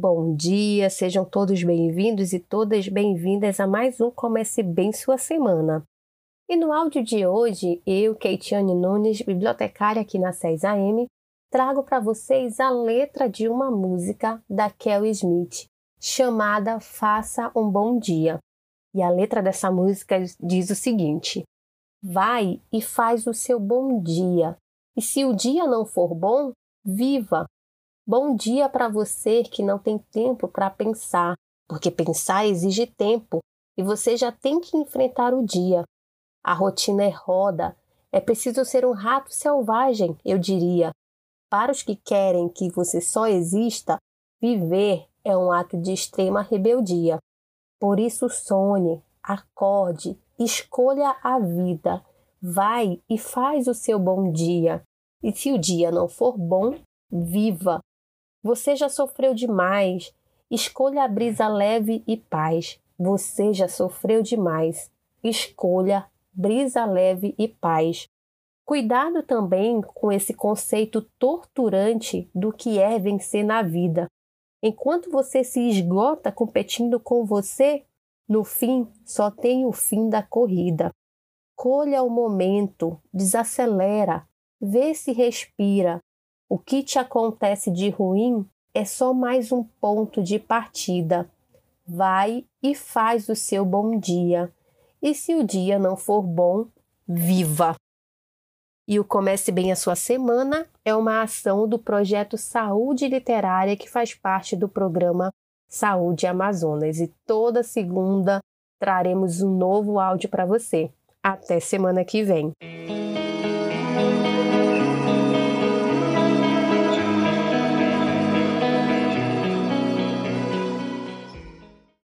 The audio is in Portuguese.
bom dia, sejam todos bem-vindos e todas bem-vindas a mais um Comece Bem Sua Semana. E no áudio de hoje, eu, Keitiane Nunes, bibliotecária aqui na 6am, trago para vocês a letra de uma música da Kel Smith, chamada Faça um Bom Dia. E a letra dessa música diz o seguinte: vai e faz o seu bom dia, e se o dia não for bom, viva. Bom dia para você que não tem tempo para pensar, porque pensar exige tempo e você já tem que enfrentar o dia. A rotina é roda, é preciso ser um rato selvagem, eu diria. Para os que querem que você só exista, viver é um ato de extrema rebeldia. Por isso sonhe, acorde, escolha a vida, vai e faz o seu bom dia. E se o dia não for bom, viva. Você já sofreu demais. Escolha a brisa leve e paz. Você já sofreu demais. Escolha brisa leve e paz. Cuidado também com esse conceito torturante do que é vencer na vida. Enquanto você se esgota competindo com você, no fim só tem o fim da corrida. Colha o momento, desacelera, vê se respira. O que te acontece de ruim é só mais um ponto de partida. Vai e faz o seu bom dia. E se o dia não for bom, viva! E o Comece Bem a Sua Semana é uma ação do projeto Saúde Literária que faz parte do programa Saúde Amazonas. E toda segunda traremos um novo áudio para você. Até semana que vem!